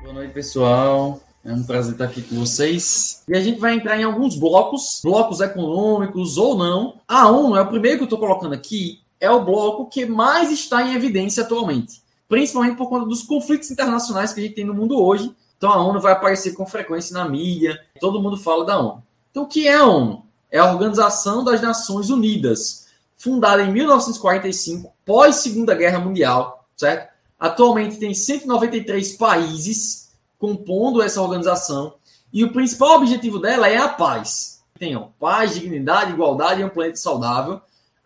Boa noite, pessoal. É um prazer estar aqui com vocês. E a gente vai entrar em alguns blocos econômicos ou não. A ONU é o primeiro que eu estou colocando aqui, é o bloco que mais está em evidência atualmente, principalmente por conta dos conflitos internacionais que a gente tem no mundo hoje. Então a ONU vai aparecer com frequência na mídia, todo mundo fala da ONU. Então o que é a ONU? É a Organização das Nações Unidas, fundada em 1945, pós Segunda Guerra Mundial, certo? Atualmente tem 193 países compondo essa organização e o principal objetivo dela é a paz. Tem paz, dignidade, igualdade e um planeta saudável.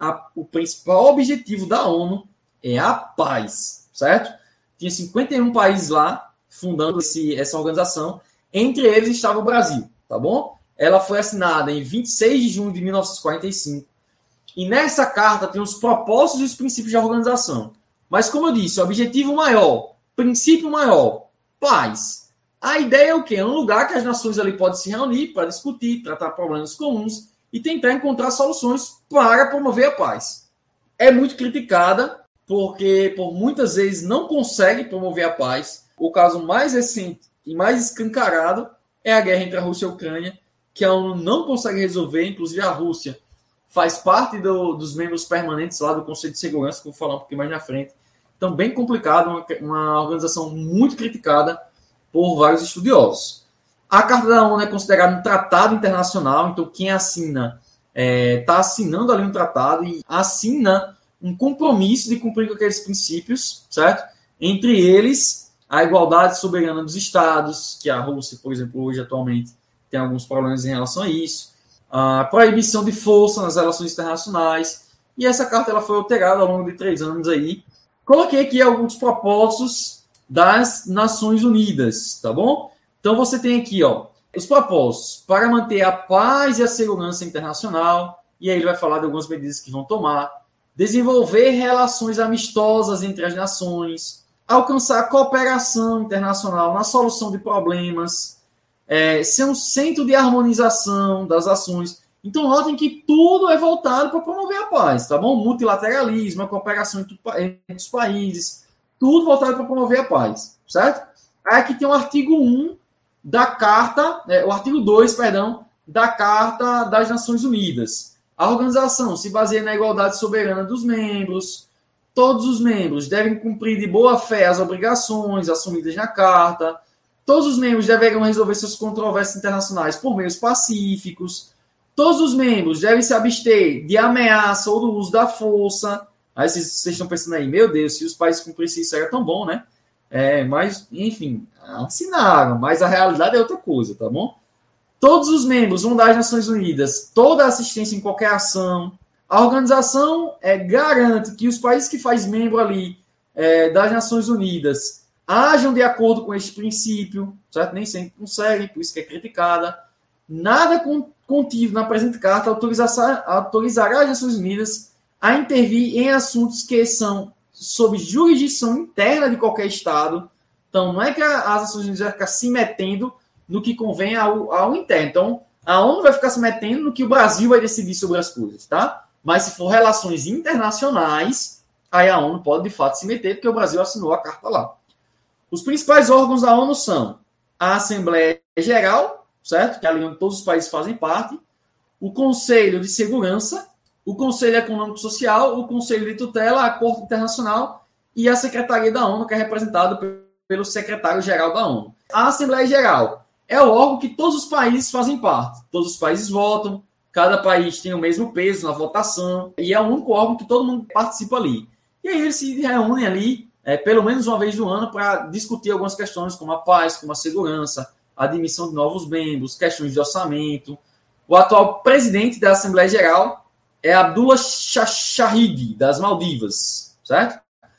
O principal objetivo da ONU é a paz, certo? Tinha 51 países lá fundando essa organização. Entre eles estava o Brasil, tá bom? Ela foi assinada em 26 de junho de 1945 e nessa carta tem os propósitos e os princípios da organização. Mas, como eu disse, o objetivo maior, princípio maior, paz. A ideia é o quê? É um lugar que as nações ali podem se reunir para discutir, tratar problemas comuns e tentar encontrar soluções para promover a paz. É muito criticada porque, por muitas vezes, não consegue promover a paz. O caso mais recente e mais escancarado é a guerra entre a Rússia e a Ucrânia, que a ONU não consegue resolver. Inclusive, a Rússia faz parte dos membros permanentes lá do Conselho de Segurança, que eu vou falar um pouquinho mais na frente. Então, bem complicado, uma organização muito criticada por vários estudiosos. A Carta da ONU é considerada um tratado internacional, então quem assina está assinando ali um tratado e assina um compromisso de cumprir com aqueles princípios, certo? Entre eles, a igualdade soberana dos estados, que a Rússia, por exemplo, hoje atualmente tem alguns problemas em relação a isso, a proibição de força nas relações internacionais, e essa carta ela foi alterada ao longo de 3 anos aí. Coloquei aqui alguns propósitos das Nações Unidas, tá bom? Então você tem aqui, os propósitos para manter a paz e a segurança internacional, e aí ele vai falar de algumas medidas que vão tomar, desenvolver relações amistosas entre as nações, alcançar cooperação internacional na solução de problemas, ser um centro de harmonização das ações. Então, notem que tudo é voltado para promover a paz, tá bom? Multilateralismo, a cooperação entre os países, tudo voltado para promover a paz, certo? Aí aqui tem o artigo 1 da Carta, o artigo 2, perdão, da Carta das Nações Unidas. A organização se baseia na igualdade soberana dos membros. Todos os membros devem cumprir de boa fé as obrigações assumidas na Carta. Todos os membros deverão resolver suas controvérsias internacionais por meios pacíficos. Todos os membros devem se abster de ameaça ou do uso da força. Aí vocês estão pensando aí, meu Deus, se os países cumprissem isso era tão bom, né? Mas, enfim, assinaram, mas a realidade é outra coisa, tá bom? Todos os membros vão dar às Nações Unidas toda a assistência em qualquer ação. A organização garante que os países que fazem membro ali das Nações Unidas ajam de acordo com este princípio, certo? Nem sempre conseguem, por isso que é criticada. Nada contido na presente carta autorizará as Nações Unidas a intervir em assuntos que são sob jurisdição interna de qualquer Estado. Então, não é que as Nações Unidas vão ficar se metendo no que convém ao interno. Então, a ONU vai ficar se metendo no que o Brasil vai decidir sobre as coisas, tá? Mas se for relações internacionais, aí a ONU pode, de fato, se meter, porque o Brasil assinou a carta lá. Os principais órgãos da ONU são a Assembleia Geral, certo? Que é ali onde todos os países fazem parte, o Conselho de Segurança, o Conselho Econômico Social, o Conselho de Tutela, a Corte Internacional e a Secretaria da ONU, que é representada pelo Secretário-Geral da ONU. A Assembleia Geral é o órgão que todos os países fazem parte. Todos os países votam, cada país tem o mesmo peso na votação e é o único órgão que todo mundo participa ali. E aí eles se reúnem ali, pelo menos uma vez no ano, para discutir algumas questões como a paz, como a segurança, a admissão de novos membros, questões de orçamento. O atual presidente da Assembleia Geral é Abdullah Shahid, das Maldivas, certo?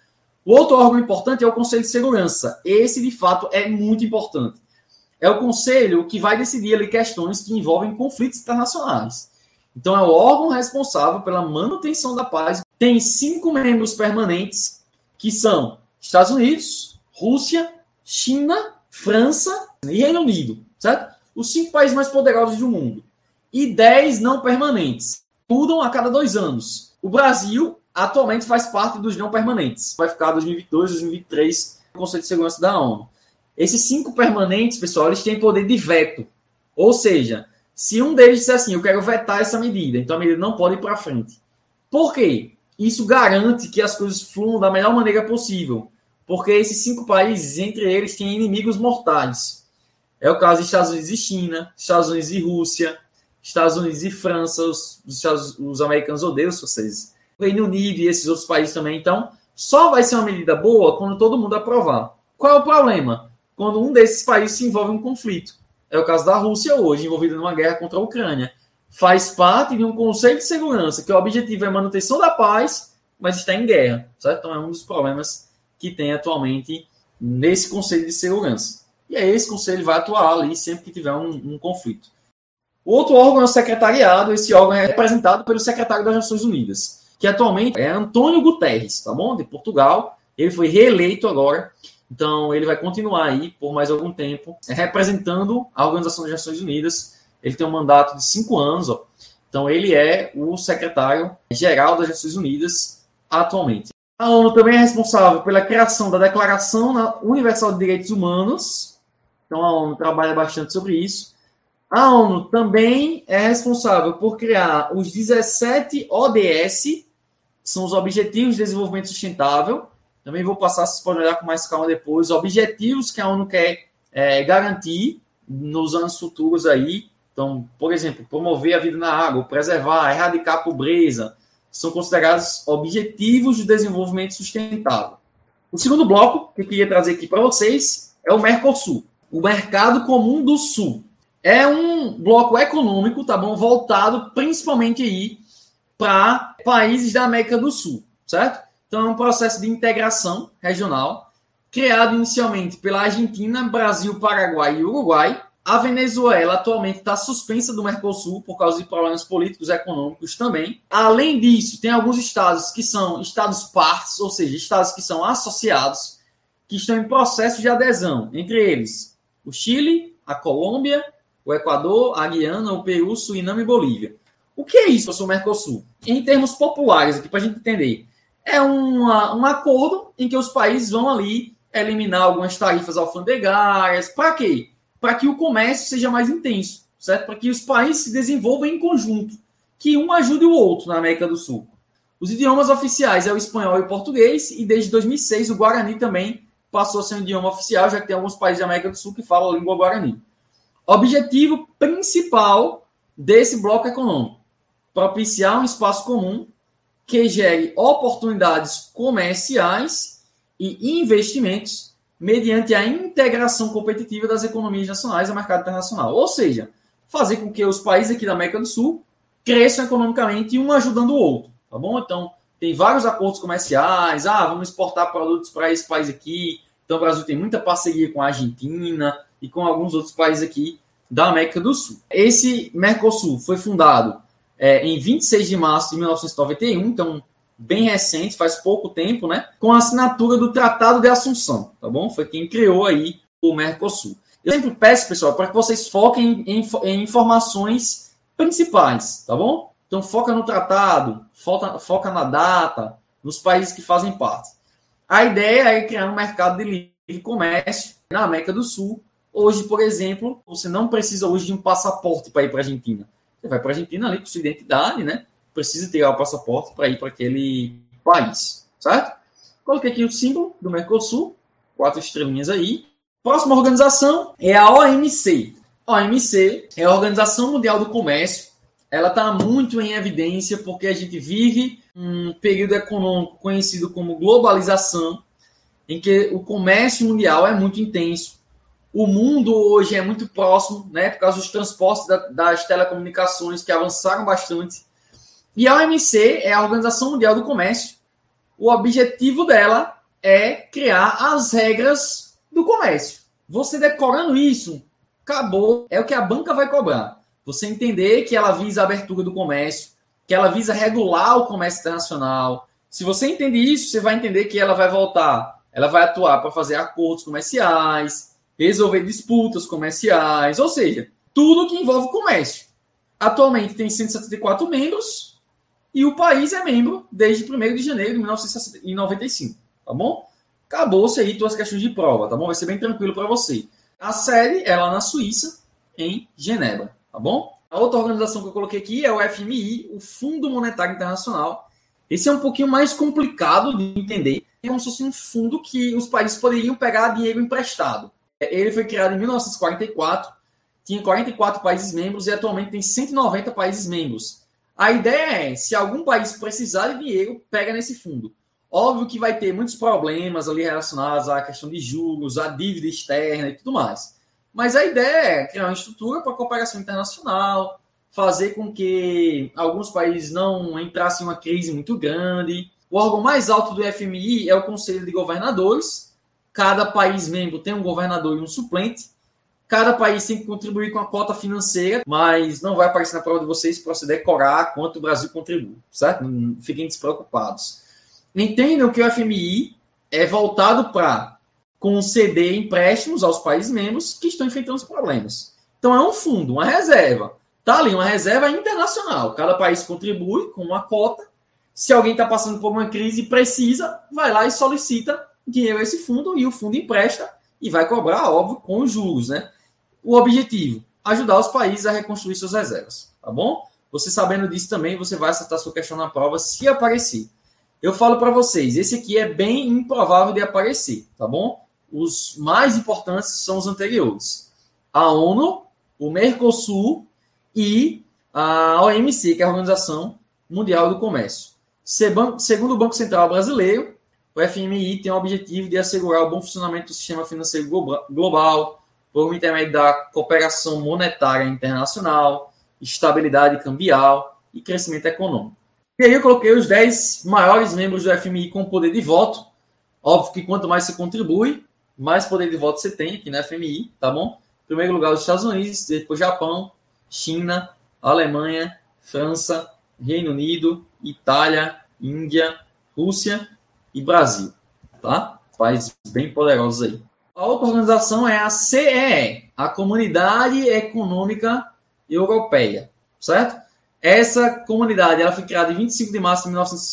O outro órgão importante é o Conselho de Segurança. Esse, de fato, é muito importante. É o conselho que vai decidir ali questões que envolvem conflitos internacionais. Então, é o órgão responsável pela manutenção da paz. Tem 5 membros permanentes, que são Estados Unidos, Rússia, China, França e Reino Unido, certo? Os 5 países mais poderosos do mundo. E 10 não permanentes. Mudam a cada 2 anos. O Brasil atualmente faz parte dos não permanentes. Vai ficar 2022, 2023 no Conselho de Segurança da ONU. Esses 5 permanentes, pessoal, eles têm poder de veto. Ou seja, se um deles disser assim, eu quero vetar essa medida, então a medida não pode ir para frente. Por quê? Isso garante que as coisas fluam da melhor maneira possível. Porque esses 5 países, entre eles, têm inimigos mortais. É o caso de Estados Unidos e China, Estados Unidos e Rússia, Estados Unidos e França, os americanos odeiam vocês. O Reino Unido e esses outros países também. Então, só vai ser uma medida boa quando todo mundo aprovar. Qual é o problema? Quando um desses países se envolve em um conflito. É o caso da Rússia hoje, envolvida numa guerra contra a Ucrânia. Faz parte de um Conselho de Segurança, que o objetivo é a manutenção da paz, mas está em guerra. Certo? Então, é um dos problemas que tem atualmente nesse Conselho de Segurança. E aí esse conselho vai atuar ali sempre que tiver um conflito. O outro órgão é o secretariado. Esse órgão é representado pelo secretário das Nações Unidas, que atualmente é Antônio Guterres, tá bom? De Portugal. Ele foi reeleito agora. Então, ele vai continuar aí por mais algum tempo, representando a Organização das Nações Unidas. Ele tem um mandato de 5 anos. Ó. Então, ele é o secretário-geral das Nações Unidas atualmente. A ONU também é responsável pela criação da Declaração Universal de Direitos Humanos. Então, a ONU trabalha bastante sobre isso. A ONU também é responsável por criar os 17 ODS, que são os Objetivos de Desenvolvimento Sustentável. Também vou passar, vocês podem olhar com mais calma depois, objetivos que a ONU quer garantir nos anos futuros aí. Então, por exemplo, promover a vida na água, preservar, erradicar a pobreza, são considerados objetivos de desenvolvimento sustentável. O segundo bloco que eu queria trazer aqui para vocês é o Mercosul, o Mercado Comum do Sul. É um bloco econômico, tá bom, voltado principalmente aí para países da América do Sul, certo? Então, é um processo de integração regional, criado inicialmente pela Argentina, Brasil, Paraguai e Uruguai. A Venezuela atualmente está suspensa do Mercosul por causa de problemas políticos e econômicos também. Além disso, tem alguns estados que são estados partes, ou seja, estados que são associados, que estão em processo de adesão. Entre eles, o Chile, a Colômbia, o Equador, a Guiana, o Peru, Suriname e Bolívia. O que é isso, professor Mercosul? Em termos populares, aqui para a gente entender, é um acordo em que os países vão ali eliminar algumas tarifas alfandegárias. Para quê? Para que o comércio seja mais intenso, certo? Para que os países se desenvolvam em conjunto, que um ajude o outro na América do Sul. Os idiomas oficiais é o espanhol e o português, e desde 2006 o Guarani também passou a ser um idioma oficial, já que tem alguns países da América do Sul que falam a língua Guarani. Objetivo principal desse bloco econômico: propiciar um espaço comum que gere oportunidades comerciais e investimentos mediante a integração competitiva das economias nacionais ao mercado internacional. Ou seja, fazer com que os países aqui da América do Sul cresçam economicamente, um ajudando o outro, tá bom? Então, tem vários acordos comerciais, vamos exportar produtos para esse país aqui. Então, o Brasil tem muita parceria com a Argentina e com alguns outros países aqui da América do Sul. Esse Mercosul foi fundado em 26 de março de 1991, então bem recente, faz pouco tempo, né? Com a assinatura do Tratado de Assunção, tá bom? Foi quem criou aí o Mercosul. Eu sempre peço, pessoal, para que vocês foquem em informações principais, tá bom? Então foca no tratado, foca na data, nos países que fazem parte. A ideia é criar um mercado de livre comércio na América do Sul. Hoje, por exemplo, você não precisa hoje de um passaporte para ir para a Argentina. Você vai para a Argentina ali com sua identidade, né? Precisa tirar o passaporte para ir para aquele país, certo? Coloquei aqui o símbolo do Mercosul, 4 estrelinhas aí. Próxima organização é a OMC. A OMC é a Organização Mundial do Comércio. Ela está muito em evidência porque a gente vive um período econômico conhecido como globalização, em que o comércio mundial é muito intenso. O mundo hoje é muito próximo, né, por causa dos transportes das telecomunicações que avançaram bastante. E a OMC é a Organização Mundial do Comércio. O objetivo dela é criar as regras do comércio. Você decorando isso, acabou. É o que a banca vai cobrar. Você entender que ela visa a abertura do comércio, que ela visa regular o comércio internacional. Se você entende isso, você vai entender que ela vai voltar, ela vai atuar para fazer acordos comerciais, resolver disputas comerciais, ou seja, tudo que envolve comércio. Atualmente tem 174 membros, e o país é membro desde 1º de janeiro de 1995, tá bom? Acabou-se aí tuas questões de prova, tá bom? Vai ser bem tranquilo para você. A sede é lá na Suíça, em Genebra, tá bom? A outra organização que eu coloquei aqui é o FMI, o Fundo Monetário Internacional. Esse é um pouquinho mais complicado de entender. É como se fosse um fundo que os países poderiam pegar dinheiro emprestado. Ele foi criado em 1944, tinha 44 países membros e atualmente tem 190 países membros. A ideia é, se algum país precisar de dinheiro, pega nesse fundo. Óbvio que vai ter muitos problemas ali relacionados à questão de juros, à dívida externa e tudo mais. Mas a ideia é criar uma estrutura para a cooperação internacional, fazer com que alguns países não entrassem em uma crise muito grande. O órgão mais alto do FMI é o Conselho de Governadores. Cada país membro tem um governador e um suplente. Cada país tem que contribuir com a cota financeira, mas não vai aparecer na prova de vocês para você decorar quanto o Brasil contribui, certo? Não fiquem despreocupados. Entendam que o FMI é voltado para conceder empréstimos aos países membros que estão enfrentando os problemas. Então, é um fundo, uma reserva. Está ali, uma reserva internacional. Cada país contribui com uma cota. Se alguém está passando por uma crise e precisa, vai lá e solicita dinheiro a esse fundo e o fundo empresta e vai cobrar, óbvio, com os juros, né? O objetivo, ajudar os países a reconstruir suas reservas, tá bom? Você sabendo disso também, você vai acertar sua questão na prova se aparecer. Eu falo para vocês, esse aqui é bem improvável de aparecer, tá bom? Os mais importantes são os anteriores. A ONU, o Mercosul e a OMC, que é a Organização Mundial do Comércio. Segundo o Banco Central Brasileiro, o FMI tem o objetivo de assegurar o bom funcionamento do sistema financeiro global por intermédio da cooperação monetária internacional, estabilidade cambial e crescimento econômico. E aí eu coloquei os 10 maiores membros do FMI com poder de voto. Óbvio que quanto mais você contribui, mais poder de voto você tem aqui na FMI, tá bom? Em primeiro lugar, os Estados Unidos, depois Japão, China, Alemanha, França, Reino Unido, Itália, Índia, Rússia e Brasil, tá? Países bem poderosos aí. A outra organização é a CEE, a Comunidade Econômica Europeia, certo? Essa comunidade ela foi criada em 25 de março de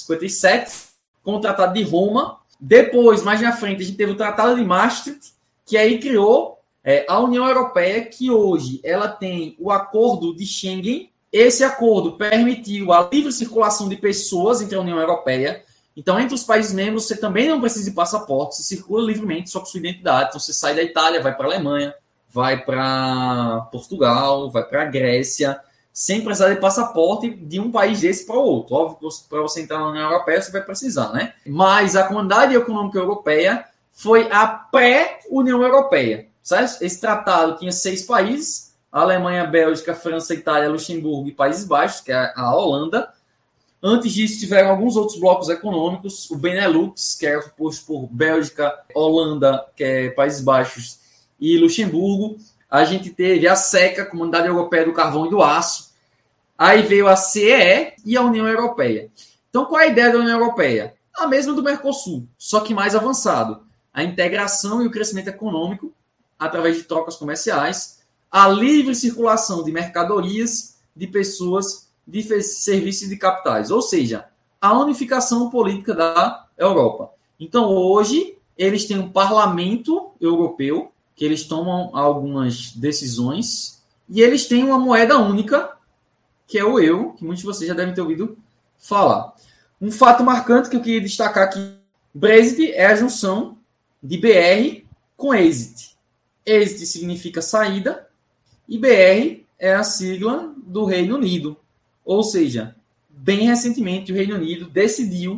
1957, com o Tratado de Roma. Depois, mais na frente, a gente teve o Tratado de Maastricht, que aí criou a União Europeia, que hoje ela tem o Acordo de Schengen. Esse acordo permitiu a livre circulação de pessoas entre a União Europeia. Então, entre os países membros, você também não precisa de passaporte, você circula livremente só com sua identidade. Então, você sai da Itália, vai para a Alemanha, vai para Portugal, vai para a Grécia, sem precisar de passaporte de um país desse para o outro. Óbvio que para você entrar na União Europeia, você vai precisar, né? Mas a Comunidade Econômica Europeia foi a pré-União Europeia, certo? Esse tratado tinha 6 países, a Alemanha, Bélgica, França, Itália, Luxemburgo e Países Baixos, que é a Holanda. Antes disso, tiveram alguns outros blocos econômicos, o Benelux, que era composto por Bélgica, Holanda, que é Países Baixos, e Luxemburgo. A gente teve a SECA, Comunidade Europeia do Carvão e do Aço. Aí veio a CEE e a União Europeia. Então, qual é a ideia da União Europeia? A mesma do Mercosul, só que mais avançado. A integração e o crescimento econômico através de trocas comerciais, a livre circulação de mercadorias, de pessoas, de serviços e de capitais. Ou seja, a unificação política da Europa. Então, hoje, eles têm um parlamento europeu, que eles tomam algumas decisões, e eles têm uma moeda única, que é o euro, que muitos de vocês já devem ter ouvido falar. Um fato marcante que eu queria destacar aqui, Brexit é a junção de BR com exit. Exit significa saída, e BR é a sigla do Reino Unido. Ou seja, bem recentemente o Reino Unido decidiu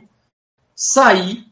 sair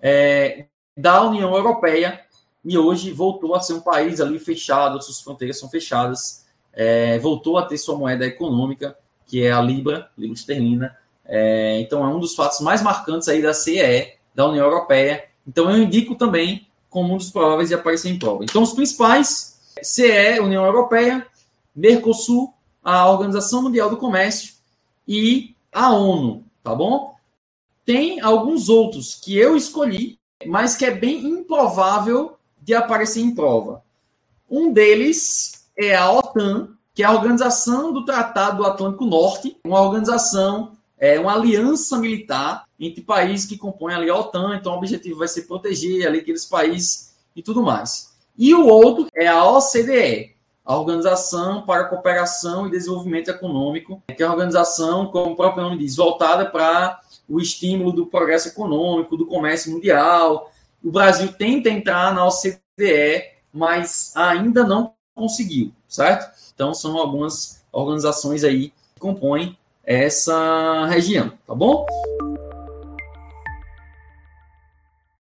da União Europeia e hoje voltou a ser um país ali fechado, suas fronteiras são fechadas, voltou a ter sua moeda econômica, que é a Libra esterlina. Então é um dos fatos mais marcantes aí da CEE, da União Europeia. Então eu indico também como um dos prováveis de aparecer em prova. Então os principais, CEE, União Europeia, Mercosul, a Organização Mundial do Comércio e a ONU, tá bom? Tem alguns outros que eu escolhi, mas que é bem improvável de aparecer em prova. Um deles é a OTAN, que é a Organização do Tratado do Atlântico Norte, uma organização uma aliança militar entre países que compõem ali a OTAN, então o objetivo vai ser proteger ali aqueles países e tudo mais. E o outro é a OCDE, a Organização para a Cooperação e Desenvolvimento Econômico, que é uma organização, como o próprio nome diz, voltada para o estímulo do progresso econômico, do comércio mundial. O Brasil tenta entrar na OCDE, mas ainda não conseguiu, certo? Então, são algumas organizações aí que compõem essa região, tá bom?